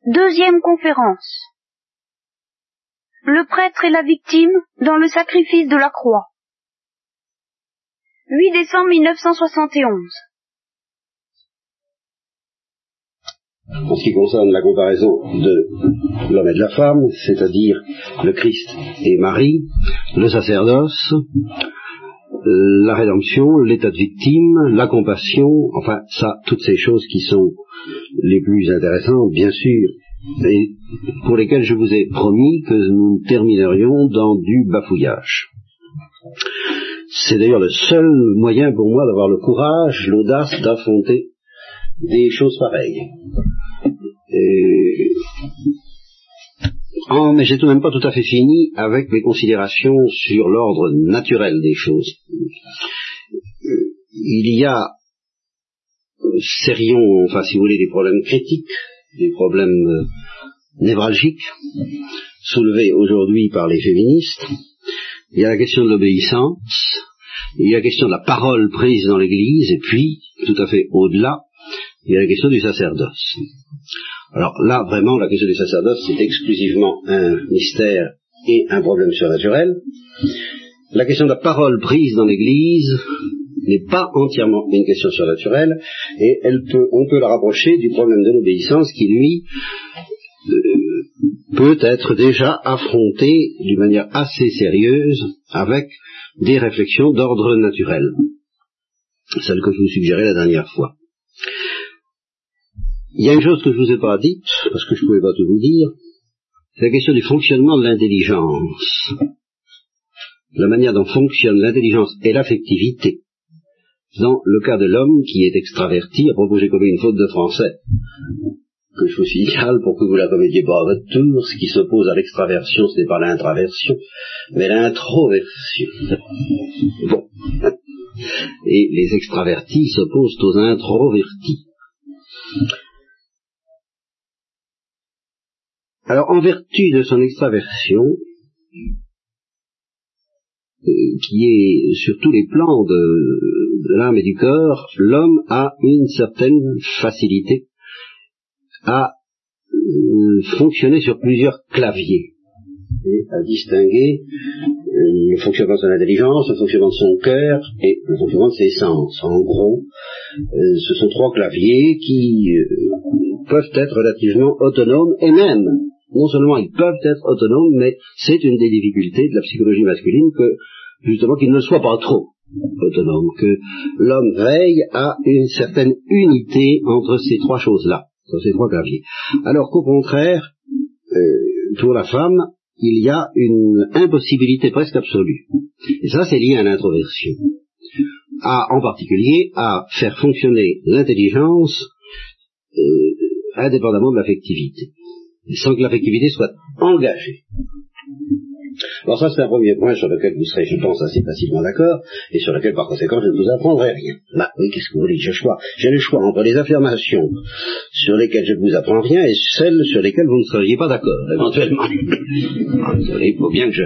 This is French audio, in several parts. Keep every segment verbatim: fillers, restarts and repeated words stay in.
Deuxième conférence. Le prêtre et la victime dans le sacrifice de la croix. huit décembre mille neuf cent soixante et onze. En ce qui concerne la comparaison de l'homme et de la femme, c'est-à-dire le Christ et Marie, le sacerdoce, la rédemption, l'état de victime, la compassion, enfin ça, toutes ces choses qui sont les plus intéressantes, bien sûr, et pour lesquelles je vous ai promis que nous terminerions dans du bafouillage. C'est d'ailleurs le seul moyen pour moi d'avoir le courage, l'audace d'affronter des choses pareilles. Et... Oh, mais j'ai tout de même pas tout à fait fini avec mes considérations sur l'ordre naturel des choses. Il y a, serions, enfin si vous voulez, des problèmes critiques, des problèmes euh, névralgiques, soulevés aujourd'hui par les féministes. Il y a la question de l'obéissance, il y a la question de la parole prise dans l'Église, et puis, tout à fait au-delà, il y a la question du sacerdoce. Alors là, vraiment, la question du sacerdoce, c'est exclusivement un mystère et un problème surnaturel. La question de la parole prise dans l'Église n'est pas entièrement une question surnaturelle, et elle peut, on peut la rapprocher du problème de l'obéissance qui, lui, euh, peut être déjà affronté d'une manière assez sérieuse avec des réflexions d'ordre naturel, celles que je vous suggérais la dernière fois. Il y a une chose que je vous ai pas dite, parce que je ne pouvais pas tout vous dire, c'est la question du fonctionnement de l'intelligence. La manière dont fonctionne l'intelligence et l'affectivité dans le cas de l'homme qui est extraverti. À propos, j'ai commis une faute de français, que je vous signale pour que vous la commettiez pas à votre tour. Ce qui s'oppose à l'extraversion, ce n'est pas l'intraversion, mais l'introversion. Bon. Et les extravertis s'opposent aux introvertis. Alors, en vertu de son extraversion, euh, qui est sur tous les plans de, de l'âme et du corps, l'homme a une certaine facilité à euh, fonctionner sur plusieurs claviers, et à distinguer euh, le fonctionnement de son intelligence, le fonctionnement de son cœur et le fonctionnement de ses sens. En gros, euh, ce sont trois claviers qui euh, peuvent être relativement autonomes, et même non seulement ils peuvent être autonomes, mais c'est une des difficultés de la psychologie masculine que, justement, qu'ils ne soient pas trop autonomes, que l'homme veille à une certaine unité entre ces trois choses-là, entre ces trois claviers. Alors qu'au contraire, euh, pour la femme, il y a une impossibilité presque absolue. Et ça, c'est lié à l'introversion. À, en particulier, à faire fonctionner l'intelligence euh, indépendamment de l'affectivité, sans que l'affectivité soit engagée. Alors ça, c'est un premier point sur lequel vous serez, je pense, assez facilement d'accord, et sur lequel, par conséquent, je ne vous apprendrai rien. Bah oui, qu'est-ce que vous voulez, j'ai le choix. J'ai le choix entre les affirmations sur lesquelles je ne vous apprends rien et celles sur lesquelles vous ne seriez pas d'accord, éventuellement. Ah, désolé, il faut bien que je...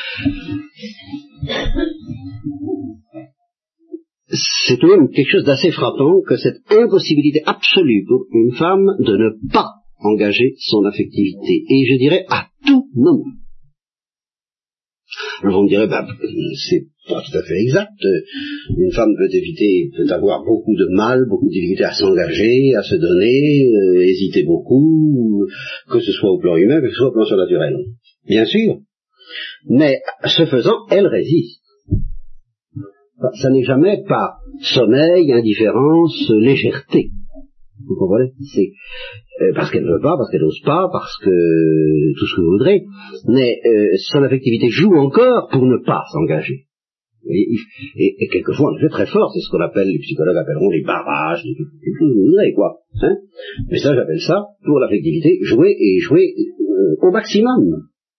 C'est tout de même quelque chose d'assez frappant que cette impossibilité absolue pour une femme de ne pas engager son affectivité, et je dirais à tout moment. Alors on me dirait, ben, c'est pas tout à fait exact. Une femme peut éviter, peut avoir beaucoup de mal, beaucoup de difficultés à s'engager, à se donner, euh, hésiter beaucoup, que ce soit au plan humain, que ce soit au plan surnaturel. Bien sûr. Mais, ce faisant, elle résiste. Ça n'est jamais par sommeil, indifférence, légèreté. Vous comprenez? C'est euh, parce qu'elle ne veut pas, parce qu'elle n'ose pas, parce que euh, tout ce que vous voudrez, mais euh, son affectivité joue encore pour ne pas s'engager. Et, et, et quelquefois, on le fait très fort, c'est ce qu'on appelle, les psychologues appelleront les barrages, les, tout ce que vous voudrez, quoi. Hein, mais ça, j'appelle ça, pour l'affectivité, jouer et jouer euh, au maximum.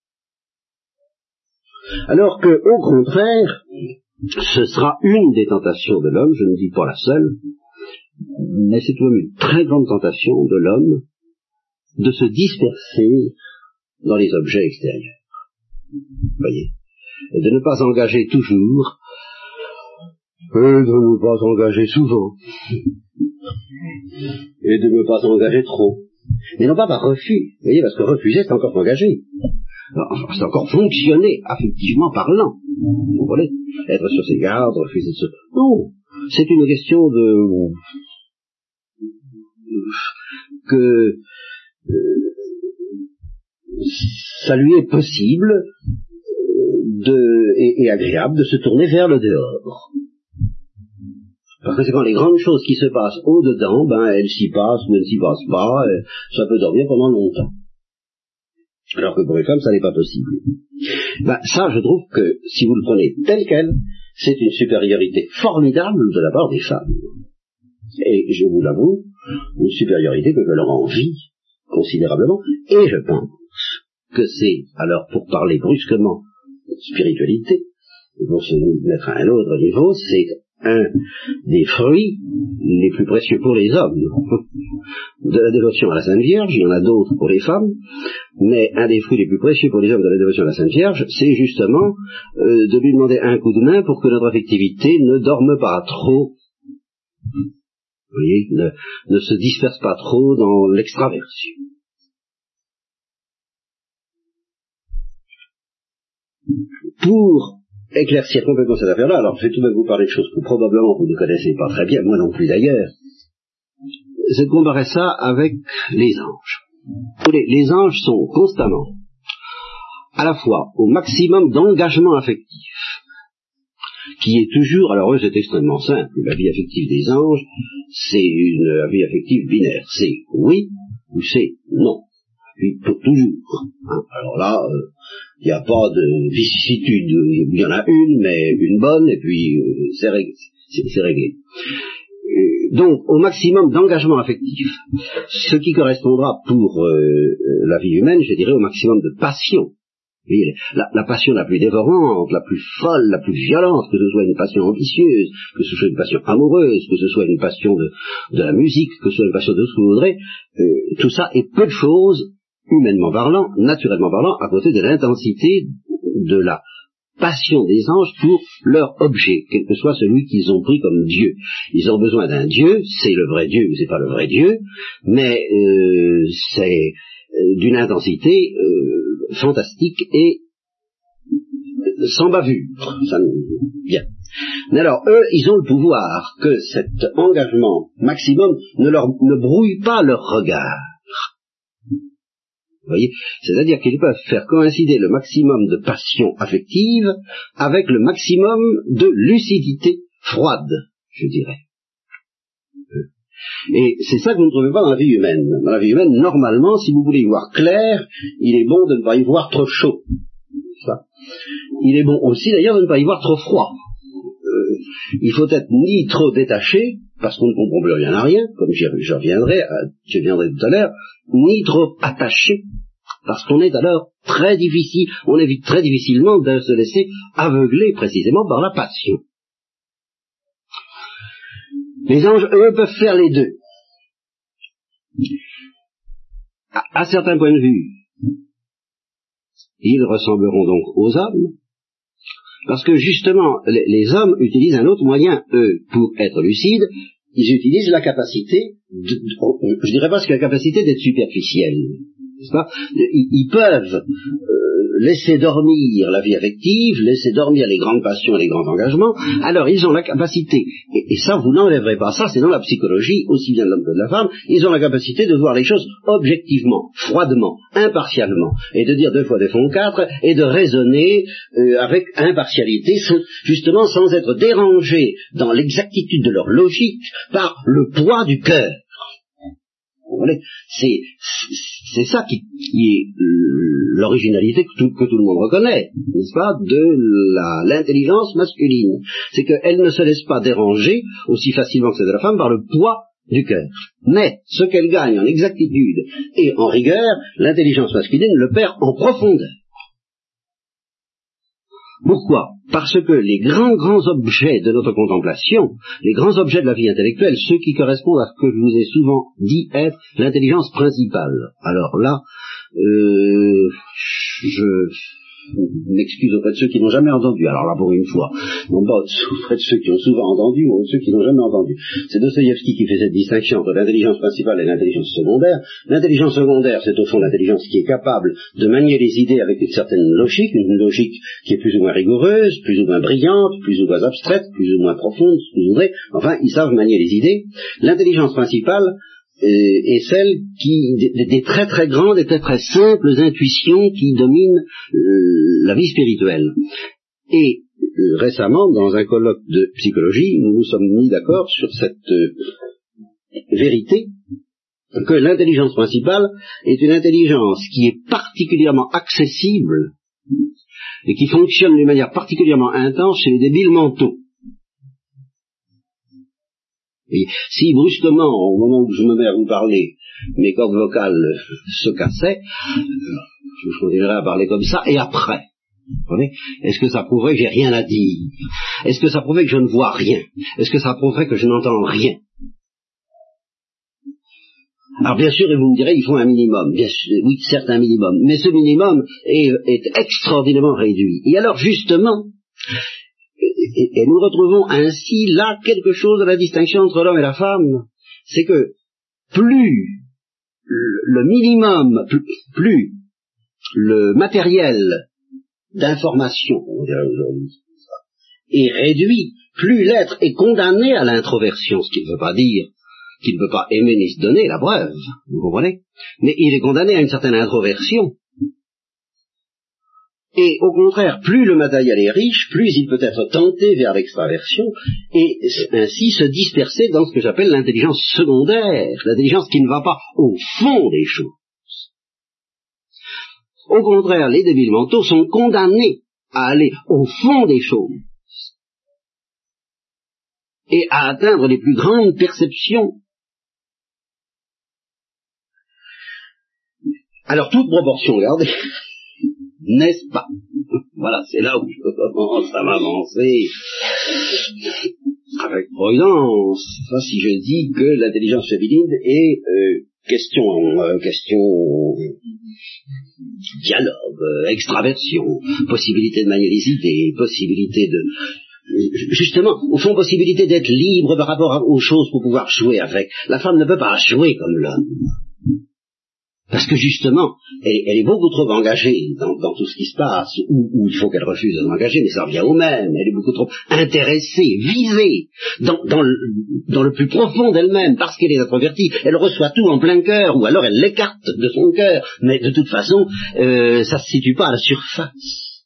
Alors que, au contraire, ce sera une des tentations de l'homme, je ne dis pas la seule, mais c'est tout de même une très grande tentation de l'homme de se disperser dans les objets extérieurs. Vous voyez, et de ne pas engager toujours, et de ne pas engager souvent, et de ne pas engager trop. Mais non pas par refus, vous voyez, parce que refuser, c'est encore s'engager. Enfin, c'est encore fonctionner, affectivement parlant. Vous comprenez? Être sur ses gardes, refuser de se... Non, c'est une question de... que... Euh, ça lui est possible de, et, et agréable de se tourner vers le dehors. Parce que c'est quand les grandes choses qui se passent au-dedans, ben elles s'y passent ou elles ne s'y passent pas, et ça peut dormir pendant longtemps. Alors que pour les femmes, ça n'est pas possible. Ben ça, je trouve que, si vous le prenez tel quel, c'est une supériorité formidable de la part des femmes. Et je vous l'avoue, une supériorité que je leur envie considérablement, et je pense que c'est, alors pour parler brusquement de spiritualité, pour se mettre à un autre niveau, c'est un des fruits les plus précieux pour les hommes de la dévotion à la Sainte Vierge. Il y en a d'autres pour les femmes, mais un des fruits les plus précieux pour les hommes de la dévotion à la Sainte Vierge, c'est justement euh, de lui demander un coup de main pour que notre affectivité ne dorme pas trop, vous voyez, ne, ne se disperse pas trop dans l'extraversion. Pour éclaircir complètement cette affaire-là, alors je vais tout de même vous parler de choses que probablement vous ne connaissez pas très bien, moi non plus d'ailleurs, c'est de comparer ça avec les anges. Les, les anges sont constamment, à la fois au maximum d'engagement affectif, qui est toujours, alors eux c'est extrêmement simple, la vie affective des anges, c'est une vie affective binaire, c'est oui ou c'est non, puis pour toujours. Hein. Alors là, il euh, n'y a pas de vicissitude, il y en a une, mais une bonne, et puis euh, c'est réglé. C'est, c'est réglé. Euh, donc, au maximum d'engagement affectif, ce qui correspondra pour euh, la vie humaine, je dirais au maximum de passion. La, la passion la plus dévorante, la plus folle, la plus violente, que ce soit une passion ambitieuse, que ce soit une passion amoureuse, que ce soit une passion de, de la musique, que ce soit une passion de ce que vous voudrez, euh, tout ça est peu de choses, humainement parlant, naturellement parlant, à côté de l'intensité de la passion des anges pour leur objet, quel que soit celui qu'ils ont pris comme Dieu. Ils ont besoin d'un Dieu, c'est le vrai Dieu ou c'est pas le vrai Dieu, mais euh, c'est euh, d'une intensité euh, fantastique et sans bavure. Ça, bien. Mais alors, eux, ils ont le pouvoir que cet engagement maximum ne leur ne brouille pas leur regard. Vous voyez, c'est-à-dire qu'ils peuvent faire coïncider le maximum de passion affective avec le maximum de lucidité froide, je dirais. Et c'est ça que vous ne trouvez pas dans la vie humaine. Dans la vie humaine, normalement, si vous voulez y voir clair, il est bon de ne pas y voir trop chaud. Ça. Il est bon aussi, d'ailleurs, de ne pas y voir trop froid. Euh, il faut être ni trop détaché, parce qu'on ne comprend plus rien à rien, comme j'y reviendrai, je viendrai tout à l'heure, ni trop attaché, parce qu'on est alors très difficile, on évite très difficilement de se laisser aveugler précisément par la passion. Les anges, eux, peuvent faire les deux. À, à certains points de vue, ils ressembleront donc aux hommes, parce que justement, les, les hommes utilisent un autre moyen, eux, pour être lucides, ils utilisent la capacité, de, de, je dirais pas que la capacité d'être superficielle, n'est-ce pas ? Ils, ils peuvent euh, laisser dormir la vie affective, laisser dormir les grandes passions et les grands engagements, alors ils ont la capacité, et, et ça vous n'enlèverez pas, ça c'est dans la psychologie, aussi bien de l'homme que de la femme, ils ont la capacité de voir les choses objectivement, froidement, impartialement, et de dire deux fois deux font quatre, et de raisonner euh, avec impartialité, justement sans être dérangés dans l'exactitude de leur logique par le poids du cœur. C'est, c'est ça qui, qui est l'originalité que tout, que tout le monde reconnaît, n'est-ce pas, de la, l'intelligence masculine. C'est qu'elle ne se laisse pas déranger aussi facilement que celle de la femme par le poids du cœur. Mais ce qu'elle gagne en exactitude et en rigueur, l'intelligence masculine le perd en profondeur. Pourquoi ? Parce que les grands, grands objets de notre contemplation, les grands objets de la vie intellectuelle, ceux qui correspondent à ce que je vous ai souvent dit être l'intelligence principale. Alors là, euh, je, m'excuse auprès de ceux qui n'ont jamais entendu. Alors là, pour une fois, non pas auprès de ceux qui ont souvent entendu, ou de ceux qui n'ont jamais entendu. C'est Dostoïevski qui fait cette distinction entre l'intelligence principale et l'intelligence secondaire. L'intelligence secondaire, c'est au fond l'intelligence qui est capable de manier les idées avec une certaine logique, une logique qui est plus ou moins rigoureuse, plus ou moins brillante, plus ou moins abstraite, plus ou moins profonde, si vous voudrez. Enfin, ils savent manier les idées. L'intelligence principale euh, est celle qui, des, des très très grandes et très très simples intuitions qui dominent euh, la vie spirituelle. Et euh, récemment, dans un colloque de psychologie, nous nous sommes mis d'accord sur cette euh, vérité que l'intelligence principale est une intelligence qui est particulièrement accessible et qui fonctionne d'une manière particulièrement intense chez les débiles mentaux. Et si brusquement, au moment où je me mets à vous parler, mes cordes vocales se cassaient, je continuerai à parler comme ça, et après, vous comprenez, est-ce que ça prouverait que j'ai rien à dire? Est-ce que ça prouverait que je ne vois rien? Est-ce que ça prouverait que je n'entends rien? Alors bien sûr, et vous me direz, il faut un minimum. Bien sûr, oui, certes un minimum, mais ce minimum est, est extraordinairement réduit. Et alors justement, et, et nous retrouvons ainsi là quelque chose de la distinction entre l'homme et la femme, c'est que plus le, le minimum, plus, plus le matériel d'information, on dirait aujourd'hui, est réduit, plus l'être est condamné à l'introversion, ce qui ne veut pas dire qu'il ne peut pas aimer ni se donner, la preuve, vous comprenez? Mais il est condamné à une certaine introversion. Et au contraire, plus le matériel est riche, plus il peut être tenté vers l'extraversion, et ainsi se disperser dans ce que j'appelle l'intelligence secondaire, l'intelligence qui ne va pas au fond des choses. Au contraire, les débiles mentaux sont condamnés à aller au fond des choses, et à atteindre les plus grandes perceptions. Alors, toute proportion gardée, n'est-ce pas? Voilà, c'est là où je commence à m'avancer avec prudence. Enfin, si je dis que l'intelligence féminine est euh, question, euh, question dialogue, euh, extraversion, possibilité de manier les idées, possibilité de... Justement, au fond, possibilité d'être libre par rapport aux choses pour pouvoir jouer avec. La femme ne peut pas jouer comme l'homme. Parce que justement, elle, elle est beaucoup trop engagée dans, dans tout ce qui se passe, ou, ou il faut qu'elle refuse de s'engager, mais ça revient au même. Elle est beaucoup trop intéressée, visée, dans, dans, le, dans le plus profond d'elle-même, parce qu'elle est introvertie. Elle reçoit tout en plein cœur, ou alors elle l'écarte de son cœur. Mais de toute façon, euh, ça ne se situe pas à la surface.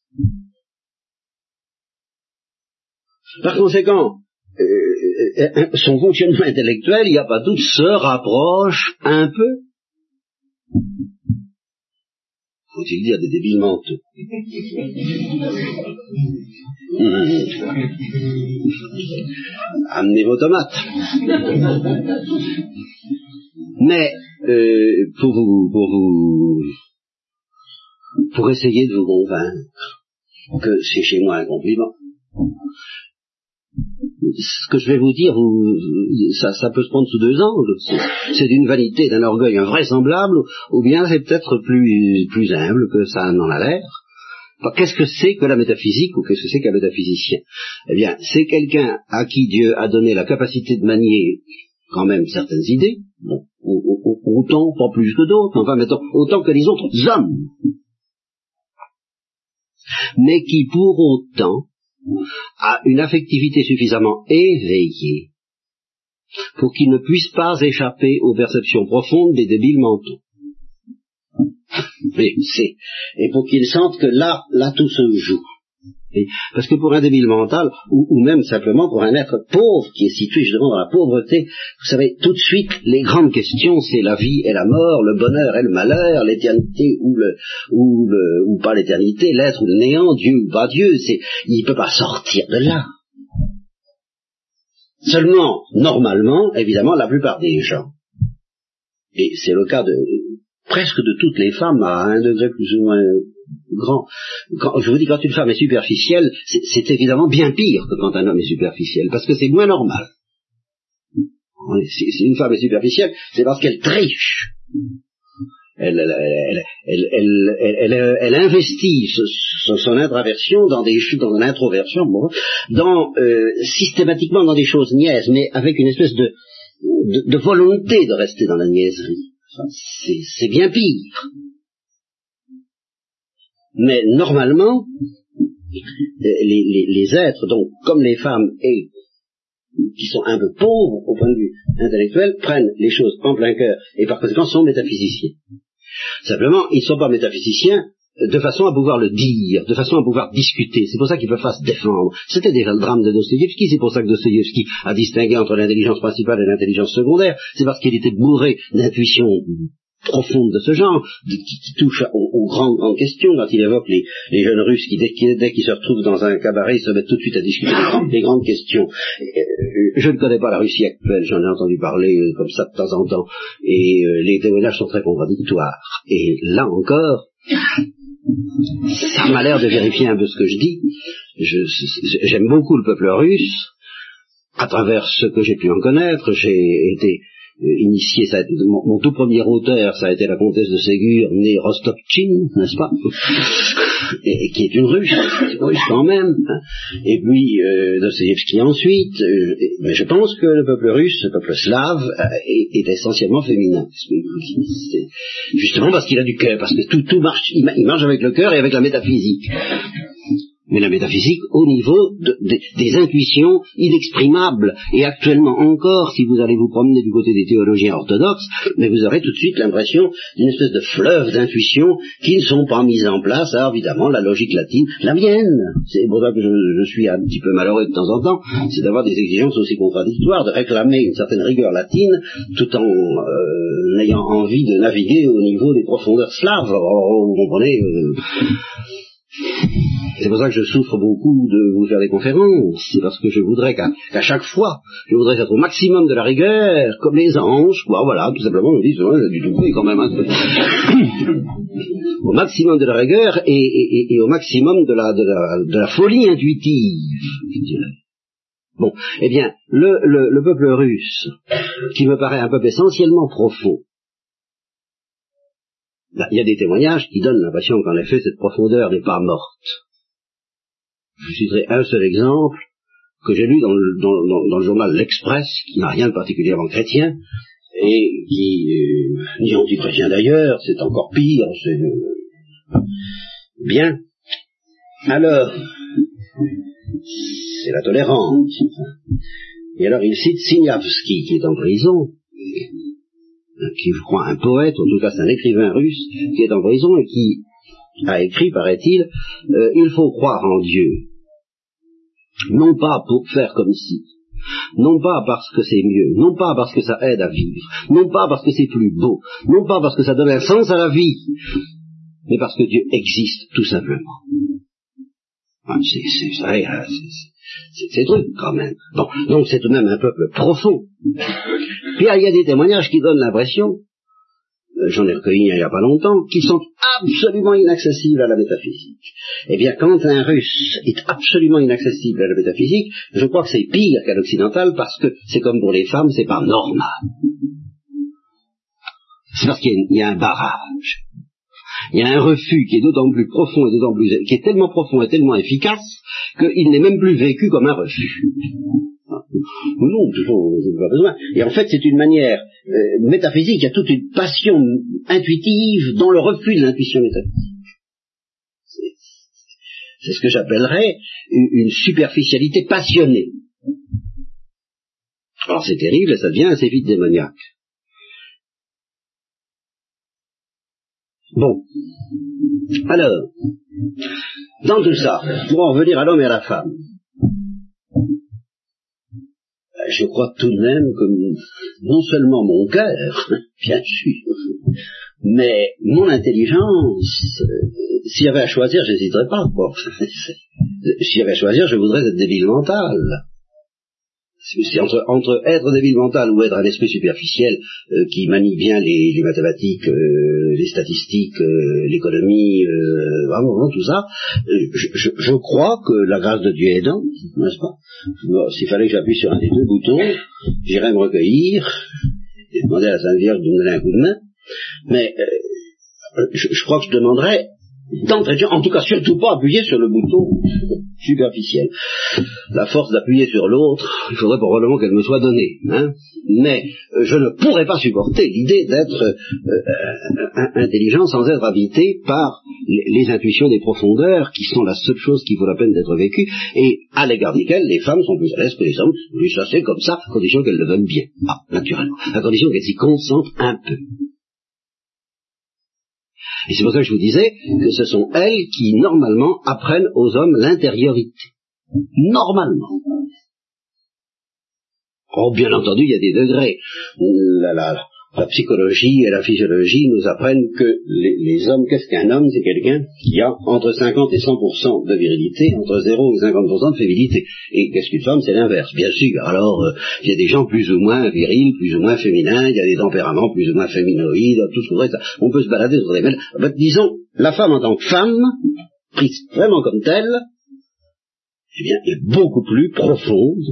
Par conséquent, euh, son fonctionnement intellectuel, il n'y a pas doute, se rapproche un peu, faut-il dire, des débiles mentaux. Mmh. Amenez vos tomates. Mais euh, pour vous, pour vous, pour essayer de vous convaincre que c'est chez moi un compliment, ce que je vais vous dire, vous, ça, ça peut se prendre sous deux angles. C'est, c'est d'une vanité, d'un orgueil invraisemblable, ou bien c'est peut-être plus, plus humble que ça n'en a l'air. Qu'est-ce que c'est que la métaphysique, ou qu'est-ce que c'est qu'un métaphysicien? Eh bien, c'est quelqu'un à qui Dieu a donné la capacité de manier quand même certaines idées, bon, autant, pas plus que d'autres, enfin, mettons, autant que les autres hommes, mais qui pour autant a une affectivité suffisamment éveillée pour qu'il ne puisse pas échapper aux perceptions profondes des débiles mentaux. Et, c'est, et pour qu'il sente que là, là tout se joue. Et parce que pour un débile mental, ou, ou même simplement pour un être pauvre qui est situé justement dans la pauvreté, vous savez, tout de suite, les grandes questions, c'est la vie et la mort, le bonheur et le malheur, l'éternité ou le, ou le, ou pas l'éternité, l'être ou le néant, Dieu ou pas Dieu, c'est, il ne peut pas sortir de là. Seulement, normalement, évidemment, la plupart des gens, et c'est le cas de presque de toutes les femmes à un degré plus ou moins grand. Quand, je vous dis, quand une femme est superficielle, c'est, c'est évidemment bien pire que quand un homme est superficiel, parce que c'est moins normal. Si, si une femme est superficielle, c'est parce qu'elle triche. elle, elle, elle, elle, elle, elle, elle investit son, son introversion dans des dans une introversion, bon, dans euh, systématiquement dans des choses niaises, mais avec une espèce de, de, de volonté de rester dans la niaiserie. Enfin, c'est, c'est bien pire. Mais normalement, les, les, les êtres, donc comme les femmes et qui sont un peu pauvres au point de vue intellectuel, prennent les choses en plein cœur et par conséquent sont métaphysiciens. Simplement, ils ne sont pas métaphysiciens de façon à pouvoir le dire, de façon à pouvoir discuter. C'est pour ça qu'ils ne peuvent pas se défendre. C'était déjà le drame de Dostoïevski, c'est pour ça que Dostoïevski a distingué entre l'intelligence principale et l'intelligence secondaire. C'est parce qu'il était bourré d'intuitions profondes de ce genre, qui, qui touchent aux, aux grandes, grandes questions. Quand il évoque les, les jeunes Russes qui, dès, qui, dès qu'ils se retrouvent dans un cabaret, ils se mettent tout de suite à discuter des grandes, des grandes questions. Je ne connais pas la Russie actuelle, j'en ai entendu parler euh, comme ça de temps en temps, et euh, les témoignages sont très contradictoires. Et là encore, ça m'a l'air de vérifier un peu ce que je dis. Je, j'aime beaucoup le peuple russe, à travers ce que j'ai pu en connaître. J'ai été initié, ça a été, mon, mon tout premier auteur, ça a été la comtesse de Ségur, née Rostopchine, n'est-ce pas, et, et qui est une russe, russe quand même, hein. Et puis euh, Dostoïevski ensuite, euh, et, mais je pense que le peuple russe, le peuple slave, euh, est, est essentiellement féminin, c'est, justement parce qu'il a du cœur, parce que tout, tout marche, il, il marche avec le cœur et avec la métaphysique. Mais la métaphysique au niveau de, de, des intuitions inexprimables. Et actuellement encore, si vous allez vous promener du côté des théologiens orthodoxes, mais vous aurez tout de suite l'impression d'une espèce de fleuve d'intuitions qui ne sont pas mises en place. Alors évidemment, la logique latine, la mienne, c'est pour ça que je, je suis un petit peu malheureux de temps en temps, c'est d'avoir des exigences aussi contradictoires, de réclamer une certaine rigueur latine, tout en euh, ayant envie de naviguer au niveau des profondeurs slaves. Oh, vous comprenez euh, C'est pour ça que je souffre beaucoup de vous faire des conférences, c'est parce que je voudrais qu'à, qu'à chaque fois, je voudrais être au maximum de la rigueur, comme les anges, quoi, voilà, tout simplement, on dit, j'ai du tout bruit quand même, hein. Au maximum de la rigueur et, et, et au maximum de la, de la, de la folie intuitive, je dirais. Bon, eh bien, le, le, le peuple russe, qui me paraît un peuple essentiellement profond, là, il y a des témoignages qui donnent l'impression qu'en effet, cette profondeur n'est pas morte. Je citerai un seul exemple que j'ai lu dans le, dans, dans, dans le journal L'Express, qui n'a rien de particulièrement chrétien, et qui, euh, ni anti-chrétien d'ailleurs, c'est encore pire, c'est euh, bien. Alors, c'est la tolérance. Et alors il cite Signavski, qui est en prison, qui je crois un poète, en tout cas c'est un écrivain russe, qui est en prison et qui a écrit, paraît-il, euh, il faut croire en Dieu. Non pas pour faire comme si, non pas parce que c'est mieux, non pas parce que ça aide à vivre, non pas parce que c'est plus beau, non pas parce que ça donne un sens à la vie, mais parce que Dieu existe tout simplement. Enfin, c'est, c'est vrai, hein, c'est, c'est, c'est truc quand même. Bon, donc c'est tout de même un peuple profond. Puis il y a des témoignages qui donnent l'impression, j'en ai recueilli il n'y a pas longtemps, qui sont absolument inaccessibles à la métaphysique. Eh bien, quand un russe est absolument inaccessible à la métaphysique, je crois que c'est pire qu'à l'occidental, parce que c'est comme pour les femmes, c'est pas normal. C'est parce qu'il y a, il y a un barrage. Il y a un refus qui est d'autant plus profond et d'autant plus, qui est tellement profond et tellement efficace, qu'il n'est même plus vécu comme un refus. Non, je n'ai pas besoin. Et en fait, c'est une manière euh, métaphysique, il y a toute une passion intuitive dans le refus de l'intuition métaphysique. C'est, c'est ce que j'appellerais une, une superficialité passionnée. Alors c'est terrible et ça devient assez vite démoniaque. Bon. Alors, dans tout ça, pour en revenir à l'homme et à la femme, je crois tout de même que non seulement mon cœur, bien sûr, mais mon intelligence, euh, s'il y avait à choisir, j'hésiterais pas, quoi. S'il y avait à choisir, je voudrais être débile mental. C'est entre, entre être débile mental ou être un esprit superficiel euh, qui manie bien les, les mathématiques, euh, les statistiques, euh, l'économie, euh, vraiment, vraiment tout ça, euh, je, je, je crois que la grâce de Dieu aidant, n'est-ce pas, bon, s'il fallait que j'appuie sur un des deux boutons, j'irais me recueillir et demander à la Sainte Vierge de me donner un coup de main, mais euh, je, je crois que je demanderais d'entrée de jeu, en tout cas surtout pas appuyer sur le bouton superficiel. La force d'appuyer sur l'autre, il faudrait probablement qu'elle me soit donnée, hein. Mais euh, je ne pourrais pas supporter l'idée d'être euh, intelligent sans être habité par les, les intuitions des profondeurs qui sont la seule chose qui vaut la peine d'être vécue et à l'égard desquelles les femmes sont plus à l'aise que les hommes. Oui, ça c'est comme ça, à condition qu'elles le veulent bien. Ah, naturellement. À condition qu'elles s'y concentrent un peu. Et c'est pour ça que je vous disais que ce sont elles qui, normalement, apprennent aux hommes l'intériorité. Normalement. Oh, bien entendu, il y a des degrés. La, la, la psychologie et la physiologie nous apprennent que les, les hommes, qu'est-ce qu'un homme? C'est quelqu'un qui a entre cinquante et cent pour cent de virilité, entre zéro et cinquante pour cent de féminité. Et qu'est-ce qu'une femme? C'est l'inverse, bien sûr. Alors, euh, il y a des gens plus ou moins virils, plus ou moins féminins, il y a des tempéraments plus ou moins féminoïdes, tout ce qu'on voudrait. On peut se balader sur des mêmes. Ben, disons, la femme en tant que femme, prise vraiment comme telle, eh bien, est beaucoup plus profonde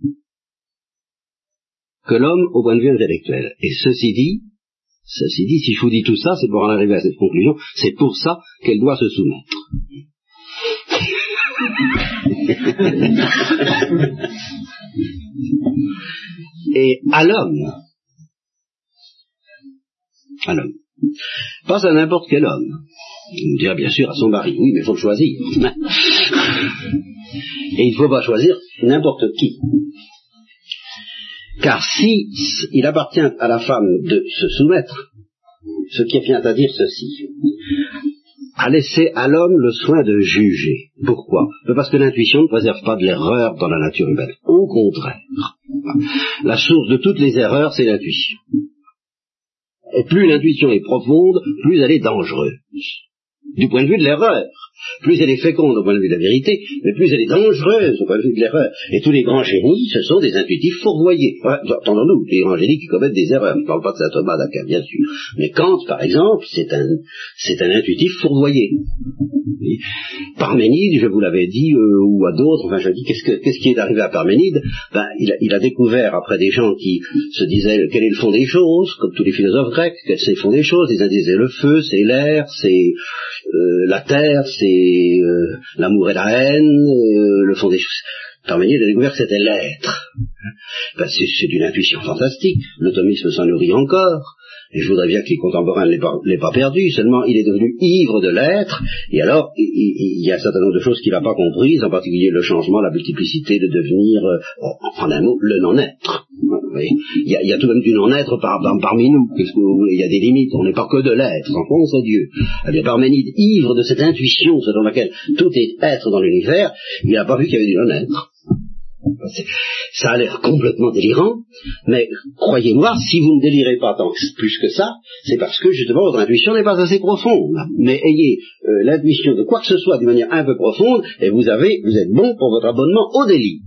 que l'homme au point de vue intellectuel. Et ceci dit, ceci dit, si je vous dis tout ça, c'est pour en arriver à cette conclusion, c'est pour ça qu'elle doit se soumettre. Et à l'homme, à l'homme, pas à n'importe quel homme, il me dira bien sûr à son mari, oui, mais il faut le choisir. Et il ne faut pas choisir n'importe qui. Car si il appartient à la femme de se soumettre, ce qui vient à dire ceci, à laisser à l'homme le soin de juger. Pourquoi? Parce que l'intuition ne préserve pas de l'erreur dans la nature humaine. Au contraire. La source de toutes les erreurs, c'est l'intuition. Et plus l'intuition est profonde, plus elle est dangereuse. Du point de vue de l'erreur. Plus elle est féconde au point de vue de la vérité, mais plus elle est dangereuse au point de vue de l'erreur. Et tous les grands génies, ce sont des intuitifs fourvoyés. Ouais, entendons-nous, les grands génies qui commettent des erreurs. Je ne parle pas de saint Thomas d'Aquin, bien sûr. Mais Kant, par exemple, c'est un, c'est un intuitif fourvoyé. Et Parménide, je vous l'avais dit, euh, ou à d'autres, enfin je dis, qu'est-ce, que, qu'est-ce qui est arrivé à Parménide? Ben, il a, il a découvert, après des gens qui se disaient quel est le fond des choses, comme tous les philosophes grecs, quel est le fond des choses, les uns disaient le feu, c'est l'air, c'est euh, la terre, c'est euh, l'amour et la haine, euh, le fond des choses. Parménide a découvert que c'était l'être. Ben, c'est, c'est d'une intuition fantastique, le thomisme s'en nourrit encore. Et je voudrais bien que les contemporains ne l'aient pas, l'aient pas perdu, seulement il est devenu ivre de l'être, et alors il, il, il y a un certain nombre de choses qu'il n'a pas comprises, en particulier le changement, la multiplicité, de devenir, euh, en un mot, le non-être. Vous voyez, il, y a, il y a tout de même du non-être par, par, parmi nous, qu'est-ce que vous voulez, il y a des limites, on n'est pas que de l'être, en pense à Dieu. Eh bien, Parménide, ivre de cette intuition selon laquelle tout est être dans l'univers, il n'a pas vu qu'il y avait du non-être. Ça a l'air complètement délirant, mais croyez-moi, si vous ne délirez pas tant plus que ça, c'est parce que justement votre intuition n'est pas assez profonde. Mais ayez euh, l'intuition de quoi que ce soit d'une manière un peu profonde, et vous avez, vous êtes bon pour votre abonnement au délire.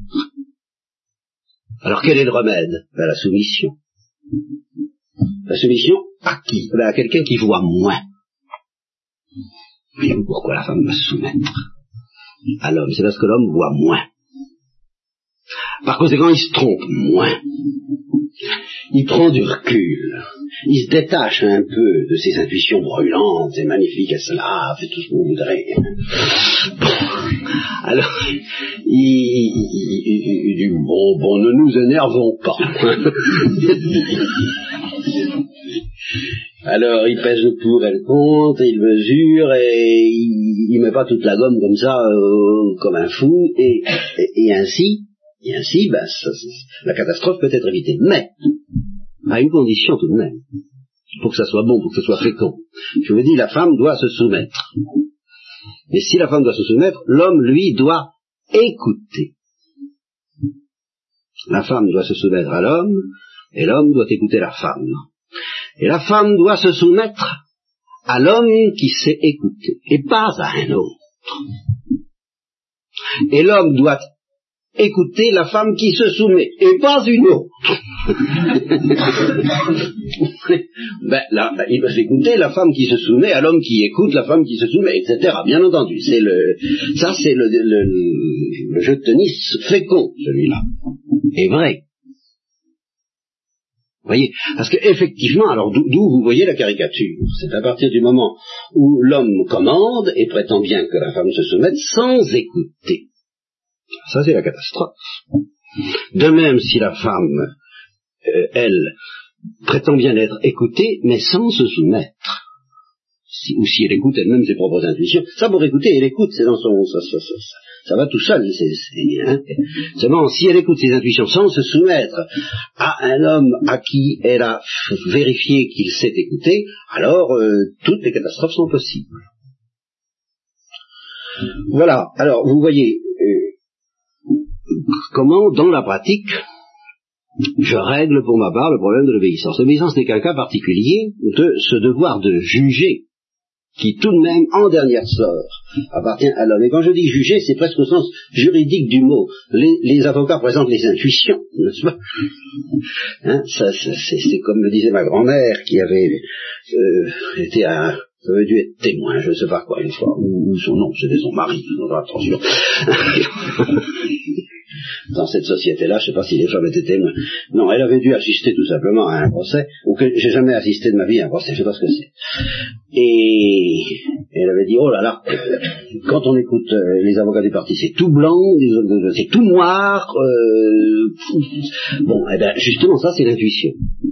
Alors quel est le remède? Ben, la soumission. La soumission à qui? Ben, à quelqu'un qui voit moins. Voyez-vous pourquoi la femme va se soumettre à l'homme? C'est parce que l'homme voit moins. Par conséquent, il se trompe moins. Il prend du recul. Il se détache un peu de ses intuitions brûlantes et magnifiques, slaves et tout ce que vous voudrez. Alors, il, il, il, il dit, bon, bon, ne nous énervons pas. Alors, il pèse le pour et le contre, il mesure, et il, il met pas toute la gomme comme ça, euh, comme un fou, et, et, et ainsi, Et ainsi, ben, ça, la catastrophe peut être évitée. Mais, à une condition tout de même, pour que ça soit bon, pour que ça soit fécond. Je vous dis, la femme doit se soumettre. Mais si la femme doit se soumettre, l'homme, lui, doit écouter. La femme doit se soumettre à l'homme, et l'homme doit écouter la femme. Et la femme doit se soumettre à l'homme qui sait écouter, et pas à un autre. Et l'homme doit écouter la femme qui se soumet, et pas une autre. ben, là, il va s'écouter la femme qui se soumet à l'homme qui écoute la femme qui se soumet, et cetera. Bien entendu, c'est le, ça c'est le, le, le, le jeu de tennis fécond, celui-là. Et vrai. Voyez, parce que effectivement, alors d'où vous voyez la caricature, c'est à partir du moment où l'homme commande et prétend bien que la femme se soumette sans écouter. Ça, c'est la catastrophe. De même, si la femme, euh, elle, prétend bien être écoutée, mais sans se soumettre, si, ou si elle écoute elle-même ses propres intuitions, ça pour écouter, elle écoute, c'est dans son, ça, ça, ça, ça, ça va tout seul, c'est, c'est, hein. Seulement, si elle écoute ses intuitions sans se soumettre à un homme à qui elle a vérifié qu'il sait écouter, alors euh, toutes les catastrophes sont possibles. Voilà, alors vous voyez euh, comment, dans la pratique, je règle pour ma part le problème de l'obéissance. L'obéissance n'est qu'un cas particulier de ce devoir de juger qui tout de même, en dernier sort, appartient à l'homme. Et quand je dis juger, c'est presque au sens juridique du mot. Les, les avocats présentent les intuitions, n'est-ce pas? Hein, ça, c'est, c'est comme le disait ma grand-mère, qui avait euh, été un... Ça avait dû être témoin, je ne sais pas quoi, une fois, ou, ou son nom, c'était son mari, attention. Dans cette société-là, je ne sais pas si les femmes étaient témoins. Non, elle avait dû assister tout simplement à un procès, ou que j'ai jamais assisté de ma vie à un procès, je ne sais pas ce que c'est. Et elle avait dit, oh là là, quand on écoute euh, les avocats du parti, c'est tout blanc, c'est tout noir, euh, bon, eh bien, justement, ça c'est l'intuition.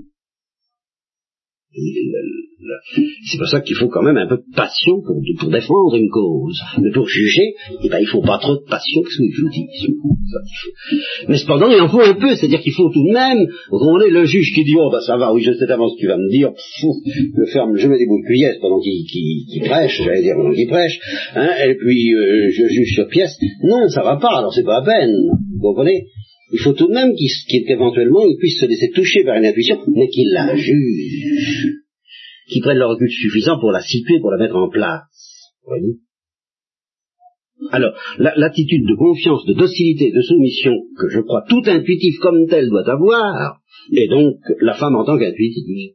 C'est pour ça qu'il faut quand même un peu de passion pour, pour défendre une cause. Mais pour juger, eh ben, il faut pas trop de passion, qu'est-ce que je vous dis. Mais cependant, il en faut un peu, c'est-à-dire qu'il faut tout de même, vous comprenez, le juge qui dit, oh ben ça va, oui je sais d'avance ce que tu vas me dire, pfff, je ferme, je mets des bouts de cuillère pendant qu'il, qu'il, qu'il prêche, j'allais dire pendant qu'il prêche, hein, et puis euh, je juge sur pièce. Non, ça va pas, alors c'est pas la peine, vous comprenez. Il faut tout de même qu'il, qu'éventuellement il puisse se laisser toucher par une intuition, mais qu'il la juge, qu'il prenne le recul suffisant pour la situer, pour la mettre en place. Vous voyez ? Alors, la, l'attitude de confiance, de docilité, de soumission, que je crois tout intuitive comme telle doit avoir, est donc la femme en tant qu'intuitive.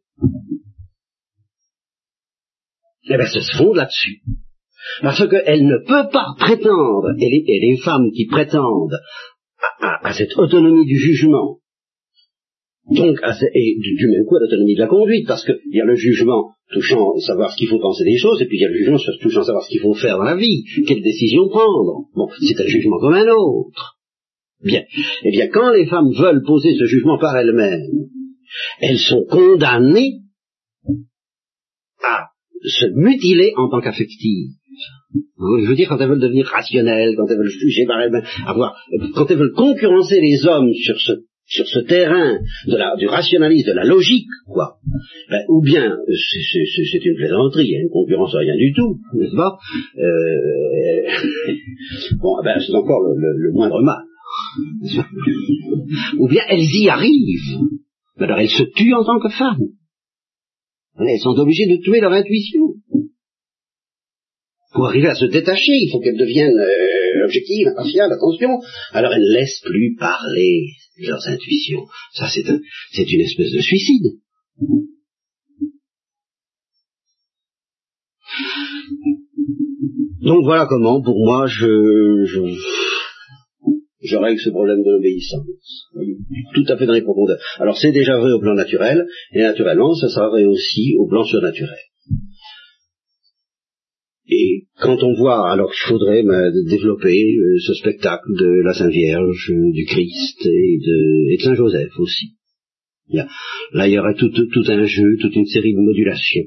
Eh bien, ça se fonde là-dessus. Parce qu'elle ne peut pas prétendre, et les, et les femmes qui prétendent à, à, à cette autonomie du jugement, donc, à, et du, du même coup à l'autonomie de la conduite, parce qu'il y a le jugement touchant savoir ce qu'il faut penser des choses, et puis il y a le jugement touchant savoir ce qu'il faut faire dans la vie, quelle décision prendre. Bon, c'est un jugement comme un autre. Bien. Eh bien, quand les femmes veulent poser ce jugement par elles-mêmes, elles sont condamnées à se mutiler en tant qu'affectives. Je veux dire, quand elles veulent devenir rationnelles, quand elles veulent juger par elles-mêmes, avoir, quand elles veulent concurrencer les hommes sur ce sur ce terrain de la, du rationalisme, de la logique, quoi, ben, ou bien c'est, c'est, c'est une plaisanterie, il y a une concurrence à rien du tout, n'est-ce pas euh, bon, ben c'est encore le, le, le moindre mal. Ou bien elles y arrivent, alors elles se tuent en tant que femmes. Elles sont obligées de tuer leur intuition. Pour arriver à se détacher, il faut qu'elles deviennent euh, objectives, impartiales, attention. Alors elles ne laissent plus parler leurs intuitions. Ça, c'est, un, c'est une espèce de suicide. Donc voilà comment, pour moi, je, je, je règle ce problème de l'obéissance. Tout à fait dans les profondeurs. Alors c'est déjà vrai au plan naturel, et naturellement, ça sera vrai aussi au plan surnaturel. Et quand on voit, alors qu'il faudrait ben, développer euh, ce spectacle de la Sainte Vierge, euh, du Christ et de, et de Saint Joseph aussi. Il y a, là, il y aurait tout, tout, tout un jeu, toute une série de modulations.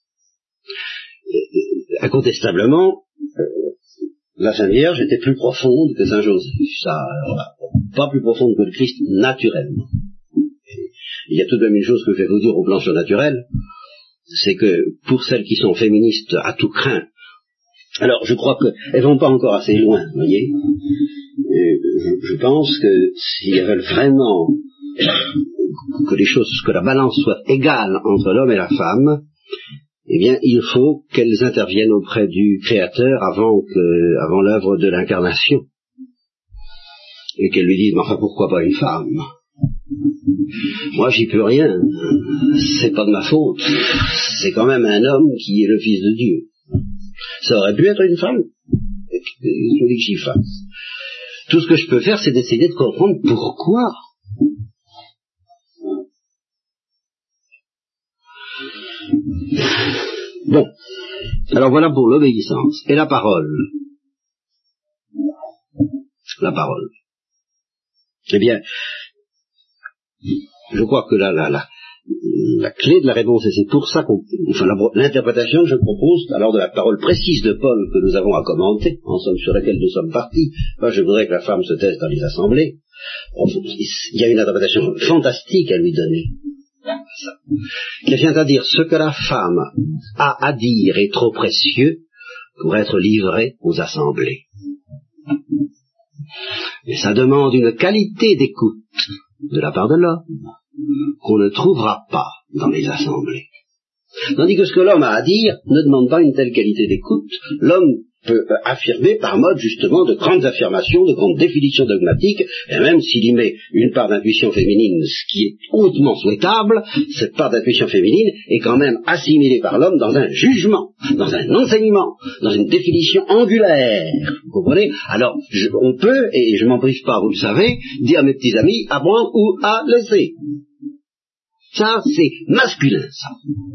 Euh, incontestablement, euh, la Sainte Vierge était plus profonde que Saint Joseph. Ça, alors, pas plus profonde que le Christ, naturellement. Et il y a tout de même une chose que je vais vous dire au plan surnaturel, c'est que pour celles qui sont féministes à tout craint, alors, je crois qu'elles vont pas encore assez loin, vous voyez. Euh, je, je pense que si elles veulent vraiment que les choses, que la balance soit égale entre l'homme et la femme, eh bien, il faut qu'elles interviennent auprès du Créateur avant que, avant l'œuvre de l'incarnation. Et qu'elles lui disent, mais enfin, pourquoi pas une femme? Moi, j'y peux rien. C'est pas de ma faute. C'est quand même un homme qui est le Fils de Dieu. Ça aurait pu être une femme. Il faut que j'y fasse. Tout ce que je peux faire, c'est d'essayer de comprendre pourquoi. Bon, alors voilà pour l'obéissance. Et la parole. La parole. Eh bien, je crois que là, là, là, la clé de la réponse, et c'est pour ça qu'on, enfin, l'interprétation que je propose, alors de la parole précise de Paul que nous avons à commenter, en somme sur laquelle nous sommes partis, moi je voudrais que la femme se taise dans les assemblées, il y a une interprétation fantastique à lui donner, qui vient à dire ce que la femme a à dire est trop précieux pour être livré aux assemblées. Et ça demande une qualité d'écoute de la part de l'homme qu'on ne trouvera pas dans les assemblées. Tandis que ce que l'homme a à dire ne demande pas une telle qualité d'écoute. L'homme peut affirmer par mode justement de grandes affirmations, de grandes définitions dogmatiques, et même s'il y met une part d'intuition féminine, ce qui est hautement souhaitable, cette part d'intuition féminine est quand même assimilée par l'homme dans un jugement, dans un enseignement, dans une définition angulaire. Vous comprenez? Alors, je, on peut, et je m'en prive pas, vous le savez, dire à mes petits amis, à prendre ou à laisser. Ça, c'est masculin, ça.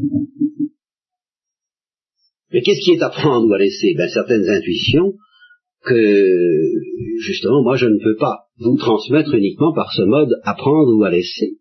Mais qu'est-ce qui est à prendre ou à laisser? Ben, certaines intuitions que, justement, moi je ne peux pas vous transmettre uniquement par ce mode apprendre ou à laisser.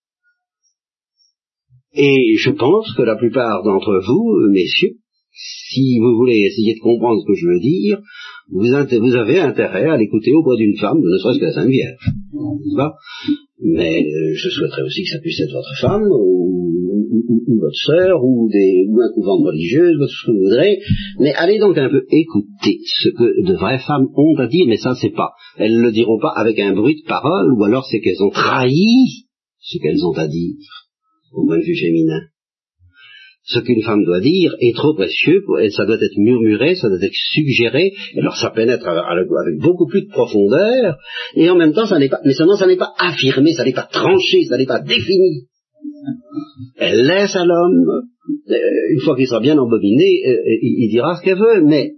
Et je pense que la plupart d'entre vous, messieurs, si vous voulez essayer de comprendre ce que je veux dire, vous, vous avez intérêt à l'écouter auprès d'une femme, ne serait-ce que la Sainte Vierge, n'est-ce pas? Mais euh, je souhaiterais aussi que ça puisse être votre femme, ou, ou, ou, ou votre sœur, ou, des, ou un couvent de religieuse, ou ce que vous voudrez, mais allez donc un peu écouter ce que de vraies femmes ont à dire, mais ça c'est pas, elles ne le diront pas avec un bruit de parole, ou alors c'est qu'elles ont trahi ce qu'elles ont à dire, au point de vue féminin. Ce qu'une femme doit dire est trop précieux, ça doit être murmuré, ça doit être suggéré, alors ça pénètre avec beaucoup plus de profondeur, et en même temps, ça n'est pas, mais seulement ça n'est pas affirmé, ça n'est pas tranché, ça n'est pas défini. Elle laisse à l'homme, une fois qu'il sera bien embobiné, il dira ce qu'elle veut, mais...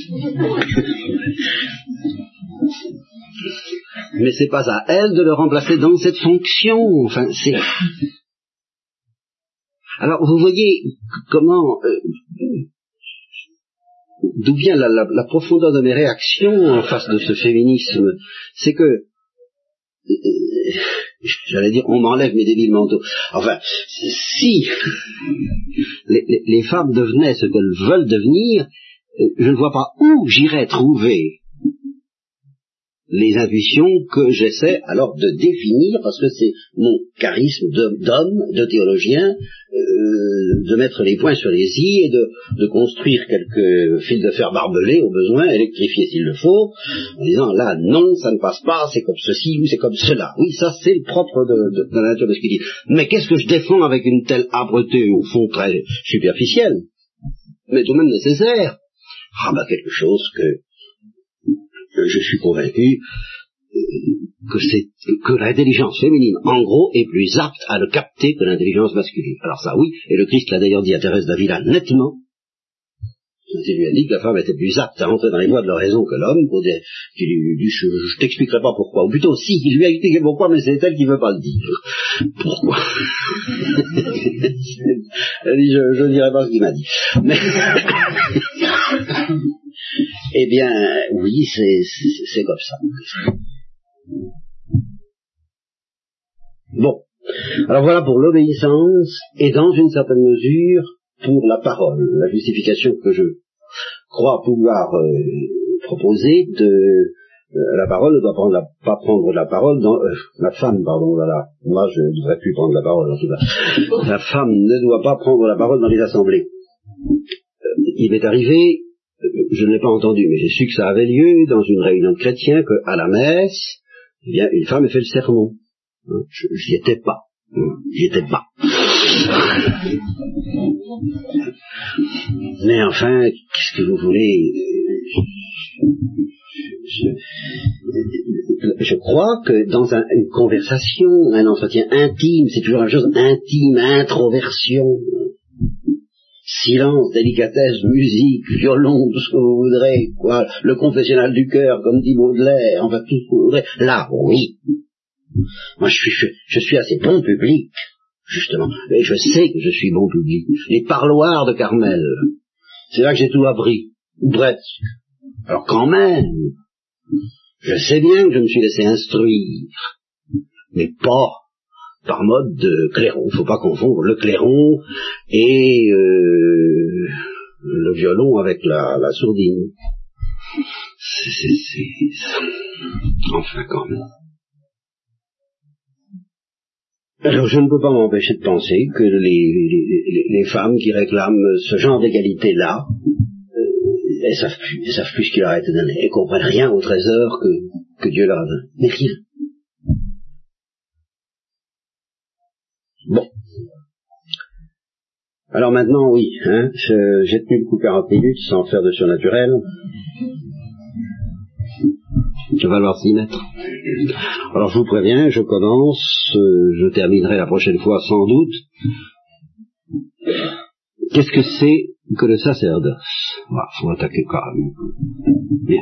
mais c'est pas à elle de le remplacer dans cette fonction, enfin, c'est... Alors, vous voyez comment, euh, d'où vient la, la, la profondeur de mes réactions en face de ce féminisme, c'est que, euh, j'allais dire, on m'enlève mes débiles mentaux. Enfin, si les, les, les femmes devenaient ce qu'elles veulent devenir, euh, je ne vois pas où j'irais trouver les intuitions que j'essaie alors de définir, parce que c'est mon charisme d'homme, de théologien, euh, de mettre les points sur les i et de, de construire quelques fils de fer barbelés au besoin, électrifiés s'il le faut, en disant là non, ça ne passe pas, c'est comme ceci ou c'est comme cela. Oui, ça c'est le propre de, de, de la nature de ce qu'il dit. Mais qu'est-ce que je défends avec une telle âpreté, au fond très superficielle, mais tout de même nécessaire? Ah bah quelque chose que je suis convaincu que c'est que l'intelligence féminine, en gros, est plus apte à le capter que l'intelligence masculine. Alors ça, oui, et le Christ l'a d'ailleurs dit à Thérèse d'Avila nettement. Il lui a dit que la femme était plus apte à entrer dans les voies de la raison que l'homme, pour dire, qu'il lui dit, je, je t'expliquerai pas pourquoi, ou plutôt si, il lui a expliqué pourquoi, mais c'est elle qui veut pas le dire. Pourquoi? Elle dit, je ne dirai pas ce qu'il m'a dit. Mais eh bien, oui, c'est, c'est, c'est comme ça. Bon. Alors voilà pour l'obéissance, et dans une certaine mesure, pour la parole, la justification que je crois pouvoir euh, proposer de euh, la parole ne doit prendre la, pas prendre la parole dans euh, la femme, pardon, voilà, moi je ne devrais plus prendre la parole en tout cas. La femme ne doit pas prendre la parole dans les assemblées. Euh, il m'est arrivé, euh, je ne l'ai pas entendu, mais j'ai su que ça avait lieu dans une réunion de chrétiens qu'à la messe, eh bien, une femme a fait le sermon. Hein, je j'y étais pas. J'y étais pas. Mais enfin, qu'est-ce que vous voulez? Je, je crois que dans un, une conversation, un entretien intime, c'est toujours la chose intime, introversion, silence, délicatesse, musique, violon, tout ce que vous voudrez, quoi, le confessionnal du cœur, comme dit Baudelaire, enfin tout ce que vous voudrez. Là, oui. Moi, je suis, je, je suis assez bon public. justement. Et je sais que je suis bon public. Les parloirs de Carmel, c'est là que j'ai tout appris, ou presque. Alors quand même, je sais bien que je me suis laissé instruire, mais pas par mode de clairon. Il ne faut pas confondre le clairon et euh, le violon avec la, la sourdine. C'est, c'est, c'est... Enfin, quand même. Alors, je ne peux pas m'empêcher de penser que les, les, les, les femmes qui réclament ce genre d'égalité-là, euh, elles savent plus, elles savent plus ce qu'il leur a été donné. Elles comprennent rien au trésor que, que Dieu leur a donné. Mais rien. Bon. Alors maintenant, oui, hein, je, j'ai tenu le coup quarante minutes sans faire de surnaturel. Il va falloir s'y mettre. Alors je vous préviens, je commence, euh, je terminerai la prochaine fois sans doute. Qu'est-ce que c'est que le sacerdoce? Il ah, faut attaquer quand même. Bien.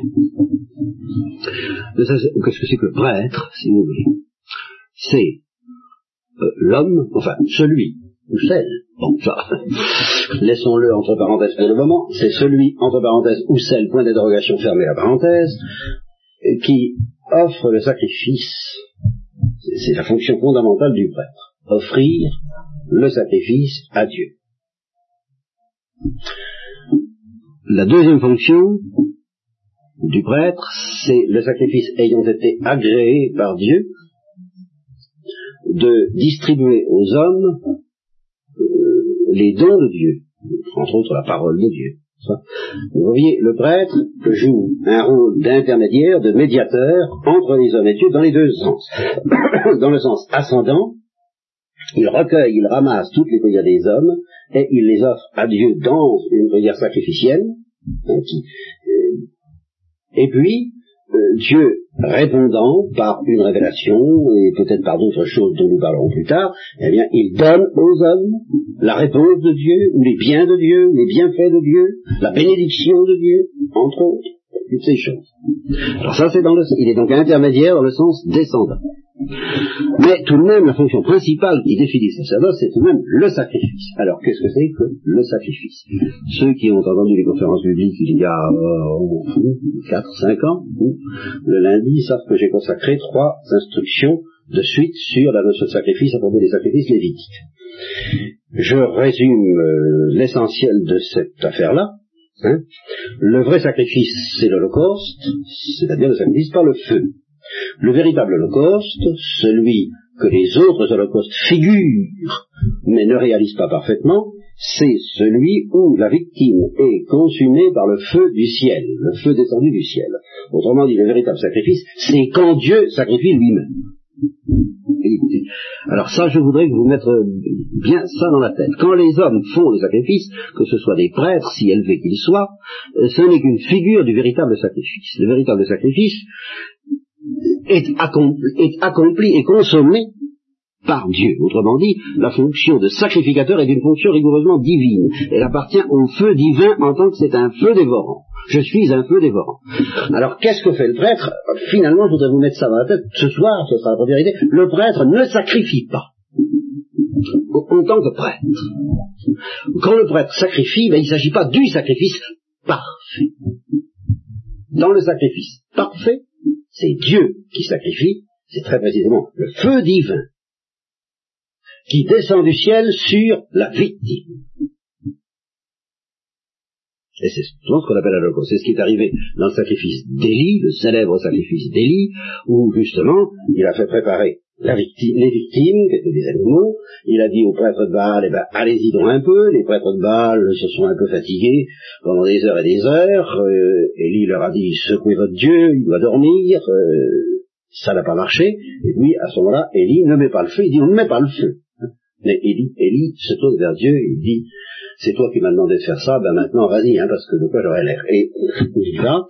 Le sacer... Qu'est-ce que c'est que le prêtre, si vous voulez? C'est euh, l'homme, enfin celui, ou celle, bon ça, laissons-le entre parenthèses pour le moment, c'est celui, entre parenthèses, ou celle, point d'interrogation fermé à parenthèse, qui offre le sacrifice. C'est, c'est la fonction fondamentale du prêtre. Offrir le sacrifice à Dieu. La deuxième fonction du prêtre, c'est le sacrifice ayant été agréé par Dieu, de distribuer aux hommes euh, les dons de Dieu, entre autres la parole de Dieu. Vous voyez, le prêtre joue un rôle d'intermédiaire, de médiateur entre les hommes et Dieu dans les deux sens. Dans le sens ascendant, il recueille, il ramasse toutes les prières des hommes et il les offre à Dieu dans une prière sacrificielle. Hein, qui, euh, et puis, euh, Dieu répondant par une révélation et peut-être par d'autres choses dont nous parlerons plus tard, eh bien, il donne aux hommes la réponse de Dieu, ou les biens de Dieu, les bienfaits de Dieu, la bénédiction de Dieu, entre autres, toutes ces choses. Alors ça, c'est dans le, il est donc intermédiaire dans le sens descendant. Mais tout de même, la fonction principale qui définit le sacerdoce, c'est tout de même le sacrifice. Alors, qu'est-ce que c'est que le sacrifice? Ceux qui ont entendu les conférences publiques il y a euh, quatre cinq ans, le lundi, savent que j'ai consacré trois instructions de suite sur la notion de sacrifice à propos des sacrifices lévitiques. Je résume euh, l'essentiel de cette affaire-là. Hein. Le vrai sacrifice, c'est l'Holocauste, c'est-à-dire le sacrifice par le feu. Le véritable holocauste, celui que les autres holocaustes figurent, mais ne réalisent pas parfaitement, c'est celui où la victime est consumée par le feu du ciel, le feu descendu du ciel. Autrement dit, le véritable sacrifice, c'est quand Dieu sacrifie lui-même. Alors ça, je voudrais que vous mettiez bien ça dans la tête. Quand les hommes font le sacrifice, que ce soit des prêtres, si élevés qu'ils soient, ce n'est qu'une figure du véritable sacrifice. Le véritable sacrifice est accompli, est accompli et consommé par Dieu. Autrement dit, la fonction de sacrificateur est une fonction rigoureusement divine. Elle appartient au feu divin en tant que c'est un feu dévorant. Je suis un feu dévorant. Alors, qu'est-ce que fait le prêtre? Finalement, je voudrais vous mettre ça dans la tête. Ce soir, ce sera la première idée. Le prêtre ne sacrifie pas en tant que prêtre. Quand le prêtre sacrifie, ben, il ne s'agit pas du sacrifice parfait. Dans le sacrifice parfait, c'est Dieu qui sacrifie, c'est très précisément le feu divin qui descend du ciel sur la victime. Et c'est souvent ce qu'on appelle l'Holocauste. C'est ce qui est arrivé dans le sacrifice d'Élie, le célèbre sacrifice d'Élie, où justement il a fait préparer la victime, les victimes, qui étaient des animaux. Il a dit aux prêtres de Baal, eh ben, allez-y donc un peu. Les prêtres de Baal se sont un peu fatigués pendant des heures et des heures. Euh, Élie leur a dit, secouez votre Dieu, il doit dormir. Euh, ça n'a pas marché. Et puis, à ce moment-là, Élie ne met pas le feu. Il dit, on ne met pas le feu. Mais Élie, Élie se tourne vers Dieu et il dit, c'est toi qui m'as demandé de faire ça, ben maintenant vas-y, hein, parce que de quoi j'aurais l'air. Et il y va.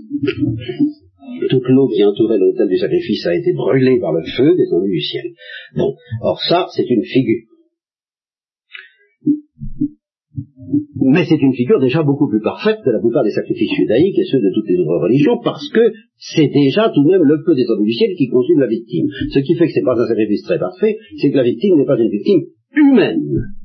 Toute l'eau qui entourait l'autel du sacrifice a été brûlée par le feu descendu du ciel. Bon, or ça, c'est une figure. Mais c'est une figure déjà beaucoup plus parfaite que la plupart des sacrifices judaïques et ceux de toutes les autres religions, parce que c'est déjà tout de même le feu descendu du ciel qui consume la victime. Ce qui fait que c'est pas un sacrifice très parfait, c'est que la victime n'est pas une victime humaine.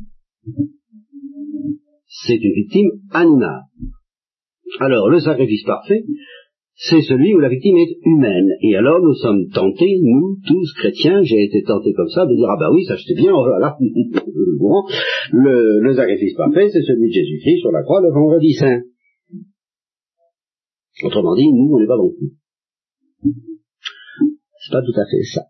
C'est une victime animale. Alors, le sacrifice parfait, c'est celui où la victime est humaine. Et alors, nous sommes tentés, nous, tous chrétiens, j'ai été tenté comme ça, de dire, ah bah oui, ça c'était bien, voilà. le, le sacrifice parfait, c'est celui de Jésus-Christ sur la croix le vendredi saint. Autrement dit, nous, on n'est pas bon. C'est pas tout à fait ça.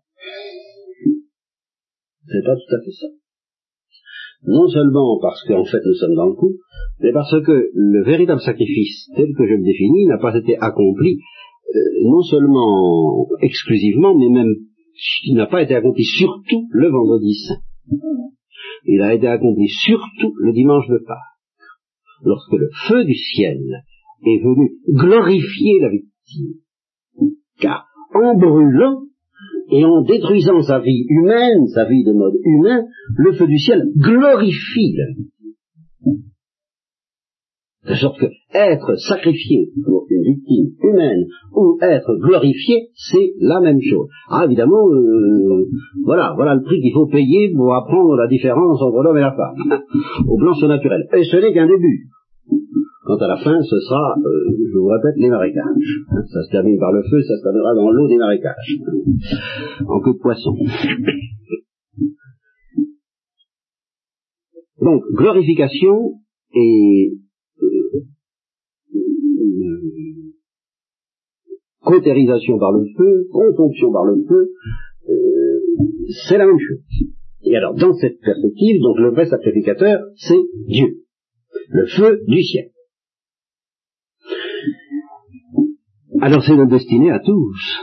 C'est pas tout à fait ça. Non seulement parce qu'en fait nous sommes dans le coup, mais parce que le véritable sacrifice, tel que je le définis, n'a pas été accompli euh, non seulement exclusivement, mais même il n'a pas été accompli surtout le vendredi saint. Il a été accompli surtout le dimanche de Pâques, lorsque le feu du ciel est venu glorifier la victime, car en brûlant et en détruisant sa vie humaine, sa vie de mode humain, le feu du ciel glorifie la victime. De sorte que être sacrifié pour une victime humaine ou être glorifié, c'est la même chose. Ah, évidemment, euh, voilà, voilà le prix qu'il faut payer pour apprendre la différence entre l'homme et la femme, au plan surnaturel. Et ce n'est qu'un début. Quant à la fin, ce sera, euh, je vous répète, les marécages. Hein, ça se termine par le feu, ça se terminera dans l'eau des marécages. Hein, en queue de poisson. Donc, glorification et euh, euh, cautérisation par le feu, consomption par le feu, euh, c'est la même chose. Et alors, dans cette perspective, donc le vrai sacrificateur, c'est Dieu. Le feu du ciel. Alors c'est notre destinée à tous.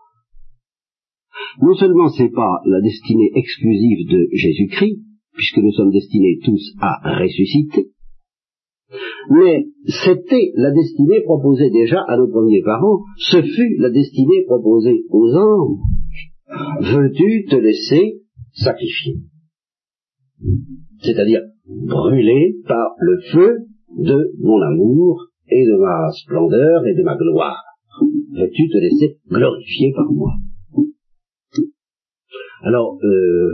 Non seulement c'est pas la destinée exclusive de Jésus-Christ, puisque nous sommes destinés tous à ressusciter, mais c'était la destinée proposée déjà à nos premiers parents, ce fut la destinée proposée aux anges. Veux-tu te laisser sacrifier? C'est-à-dire brûler par le feu de mon amour et de ma splendeur et de ma gloire. Veux-tu te laisser glorifier par moi? Alors, euh,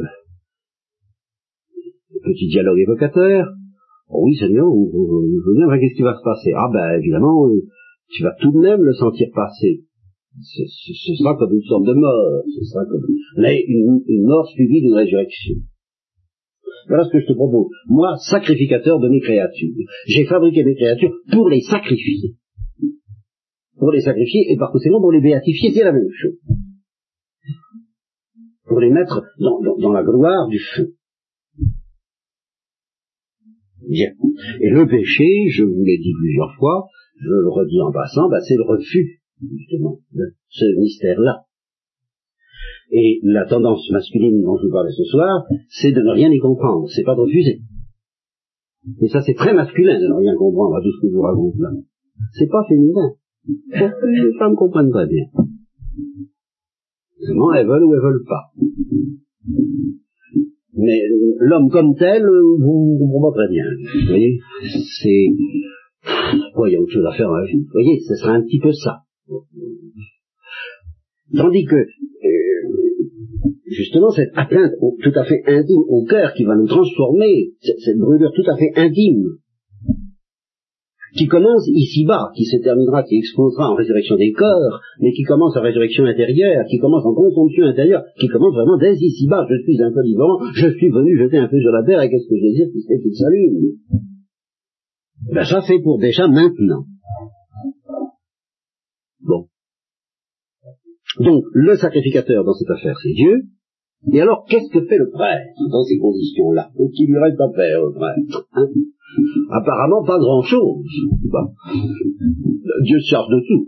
petit dialogue évocateur. Oh oui, Seigneur, je veux bien, qu'est-ce qui va se passer? Ah ben, évidemment, tu vas tout de même le sentir passer. Ce, ce, ce sera comme une sorte de mort, ce sera comme mais une, une mort suivie d'une résurrection. Voilà ce que je te propose. Moi, sacrificateur de mes créatures. J'ai fabriqué mes créatures pour les sacrifier. Pour les sacrifier et par conséquent pour les béatifier, c'est la même chose. Pour les mettre dans, dans, dans la gloire du feu. Bien. Et le péché, je vous l'ai dit plusieurs fois, je le redis en passant, bah, c'est le refus, justement, de ce mystère-là. Et la tendance masculine dont je vous parlais ce soir, c'est de ne rien y comprendre, c'est pas de refuser. Et ça, c'est très masculin de ne rien comprendre à tout ce que je vous raconte là. C'est pas féminin. Les femmes comprennent pas bien. Seulement, elles veulent ou elles veulent pas. Mais l'homme comme tel, vous ne comprenez pas très bien. Vous voyez, c'est... Pourquoi il y a autre chose à faire dans la vie? Vous voyez, ce serait un petit peu ça. Tandis que, euh, justement, cette atteinte au, tout à fait intime au cœur qui va nous transformer, cette, cette brûlure tout à fait intime, qui commence ici-bas, qui se terminera, qui explosera en résurrection des corps, mais qui commence en résurrection intérieure, qui commence en consomption intérieure, qui commence vraiment dès ici-bas. Je suis un peu vivant, je suis venu jeter un peu sur la terre, et qu'est-ce que je désire, puisque qu'il s'allume. Ben ça, c'est pour déjà maintenant. Bon. Donc, le sacrificateur dans cette affaire, c'est Dieu. Et alors, qu'est-ce que fait le prêtre dans ces conditions-là? Qui lui reste à faire, le prêtre, hein? Apparemment, pas grand-chose. Bah, Dieu se charge de tout.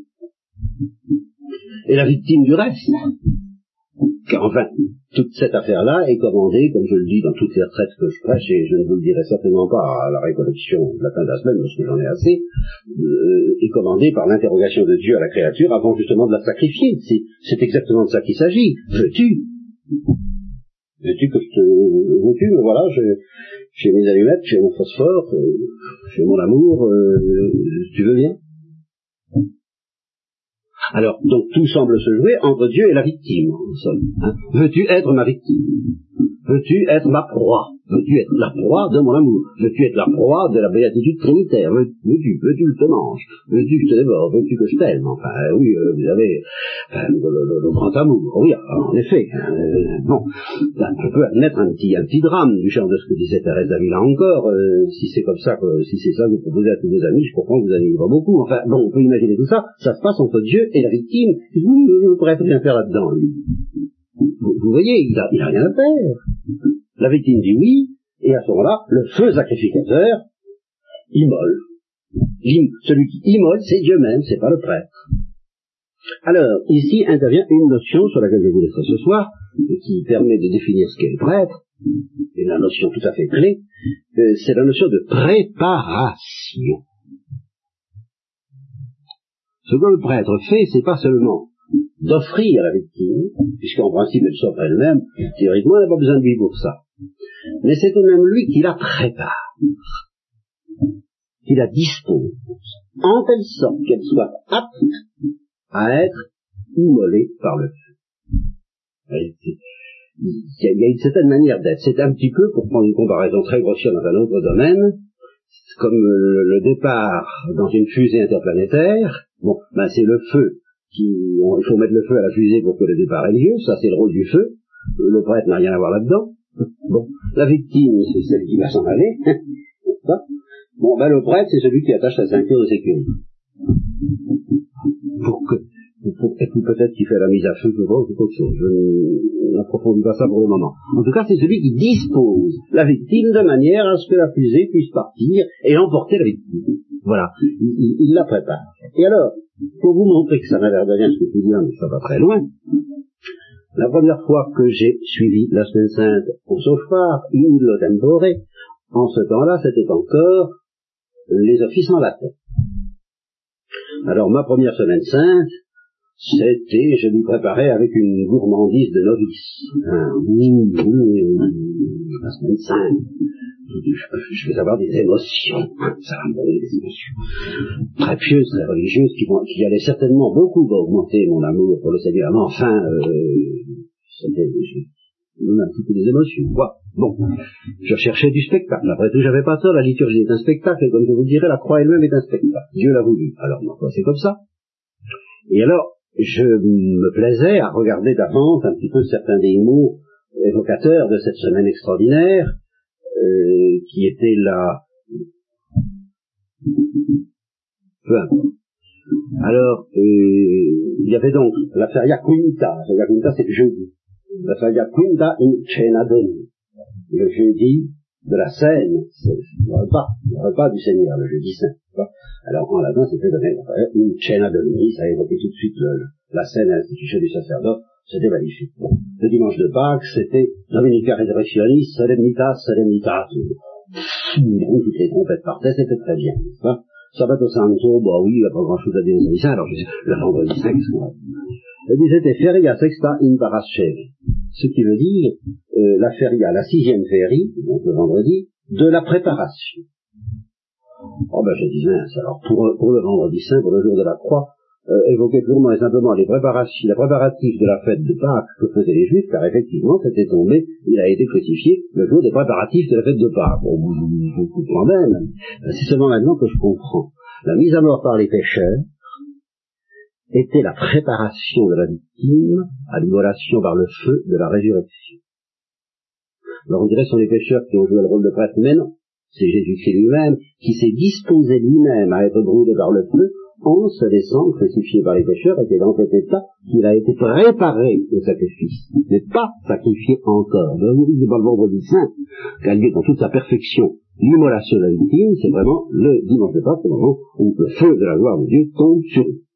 Et la victime du reste. Car enfin, toute cette affaire-là est commandée, comme je le dis dans toutes les retraites que je prêche, et je ne vous le dirai certainement pas à la récollection de la fin de la semaine, parce que j'en ai assez, euh, est commandée par l'interrogation de Dieu à la créature avant justement de la sacrifier. C'est, c'est exactement de ça qu'il s'agit. Veux-tu? Veux-tu que je te... Veux-tu? Mais voilà, je, j'ai mes allumettes, j'ai mon phosphore, euh, j'ai mon amour, euh, tu veux bien? Alors, donc tout semble se jouer entre Dieu et la victime, en somme. Hein. Veux-tu être ma victime? Veux-tu être ma proie? Veux-tu être la proie de mon amour? Veux-tu être la proie de la béatitude trinitaire? Veux-tu, veux-tu que je te mange? Veux-tu que je te dévore? Veux-tu que je t'aime? Enfin, oui, euh, vous avez euh, le, le, le grand amour. Oui, en effet. Euh, bon, là, je peux admettre un petit, un petit drame du genre de ce que disait Thérèse d'Avila encore. Euh, si c'est comme ça, que, si c'est ça que vous proposez à tous vos amis, je comprends que vous n'avez pas beaucoup. Enfin, bon, on peut imaginer tout ça. Ça se passe entre Dieu et la victime. Vous, vous pourrez rien faire là-dedans, lui. Vous, vous voyez, il a, il a rien à faire. La victime dit oui, et à ce moment-là, le feu sacrificateur immole. Celui qui immole, c'est Dieu même, c'est pas le prêtre. Alors, ici intervient une notion sur laquelle je vous laisserai ce soir, qui permet de définir ce qu'est le prêtre, et la notion tout à fait clé, euh, c'est la notion de préparation. Ce que le prêtre fait, c'est pas seulement d'offrir la victime, puisqu'en principe elle s'offre elle-même, théoriquement elle n'a pas besoin de lui pour ça. Mais c'est tout de même lui qui la prépare, qui la dispose, en telle sorte qu'elle soit apte à être immolée par le feu. Il y a une certaine manière d'être. C'est un petit peu, pour prendre une comparaison très grossière dans un autre domaine, comme le, le départ dans une fusée interplanétaire. Bon, ben c'est le feu. Qui, on, il faut mettre le feu à la fusée pour que le départ ait lieu, ça c'est le rôle du feu, le prêtre n'a rien à voir là-dedans. Bon, la victime c'est celle qui va s'en aller, bon ben le prêtre c'est celui qui attache sa ceinture de sécurité. Pour que, pour, et puis peut-être qu'il fait la mise à feu, je vois, c'est autre chose, je n'approfondis pas ça pour le moment. En tout cas c'est celui qui dispose la victime de manière à ce que la fusée puisse partir et emporter la victime. Voilà, il, il, il la prépare. Et alors, pour vous montrer que ça n'a l'air de rien ce que je vous dis, mais ça va très loin, la première fois que j'ai suivi la semaine sainte au Sophar, in illo tempore, en ce temps-là, c'était encore les offices en latin. Alors, ma première semaine sainte, c'était, je m'y préparais avec une gourmandise de novice. Hein, oui, oui, la semaine sainte. Je vais avoir des émotions, ça va me donner des émotions très pieuses, très religieuses, qui, vont, qui allaient certainement beaucoup augmenter mon amour pour le Seigneur. Mais enfin, euh, c'était un petit peu des émotions, quoi. Bon, je cherchais du spectacle. Après tout, j'avais pas tort, la liturgie est un spectacle, et comme je vous dirais, la croix elle-même est un spectacle. Dieu l'a voulu. Alors, ma foi, c'est comme ça. Et alors, je me plaisais à regarder d'avance un petit peu certains des mots évocateurs de cette semaine extraordinaire, Euh, qui était là, peu importe. Alors, euh, il y avait donc la feria quinta, la feria quinta c'est le jeudi, la feria quinta in cena Dei, le jeudi de la scène, c'est le repas, le repas du Seigneur, le jeudi saint. Alors en latin c'était in cena Dei, ça évoquait tout de suite le, la scène à l'institution du sacerdoce. C'était magnifique. Bon. Le dimanche de Pâques, c'était Dominica Resurrectionis, Solemnitas, Solemnitas. Toutes les trompettes partaient, c'était très bien, n'est-ce pas? Sabato Santo, bah oui, il n'y a pas grand-chose à dire au saint, alors le vendredi saint, qu'est-ce qu'on va dire? Et c'était Feria Sexta in Parascevi. Ce qui veut dire, euh, la feria, la sixième férie, donc le vendredi, de la préparation. Oh ben, j'ai dit mince, alors pour, pour le vendredi saint, pour le jour de la croix, Euh, évoquait purement et simplement les préparatifs, les préparatifs de la fête de Pâques que faisaient les Juifs, car effectivement, c'était tombé, il a été crucifié le jour des préparatifs de la fête de Pâques. Bon, quand même, c'est seulement maintenant que je comprends. La mise à mort par les pécheurs était la préparation de la victime à l'immolation par le feu de la résurrection. Alors on dirait que ce sont les pécheurs qui ont joué le rôle de prêtre, mais non, c'est Jésus-Christ lui-même qui s'est disposé lui-même à être brûlé par le feu, en se laissant crucifié par les pécheurs, était dans cet état qu'il a été préparé au sacrifice. Il n'est pas sacrifié encore. Je vous dis pas le vendredi saint, qu'a lieu dans toute sa perfection l'immolation de la victime, c'est vraiment le dimanche de Pâques, le moment où le feu de la gloire de Dieu tombe sur eux.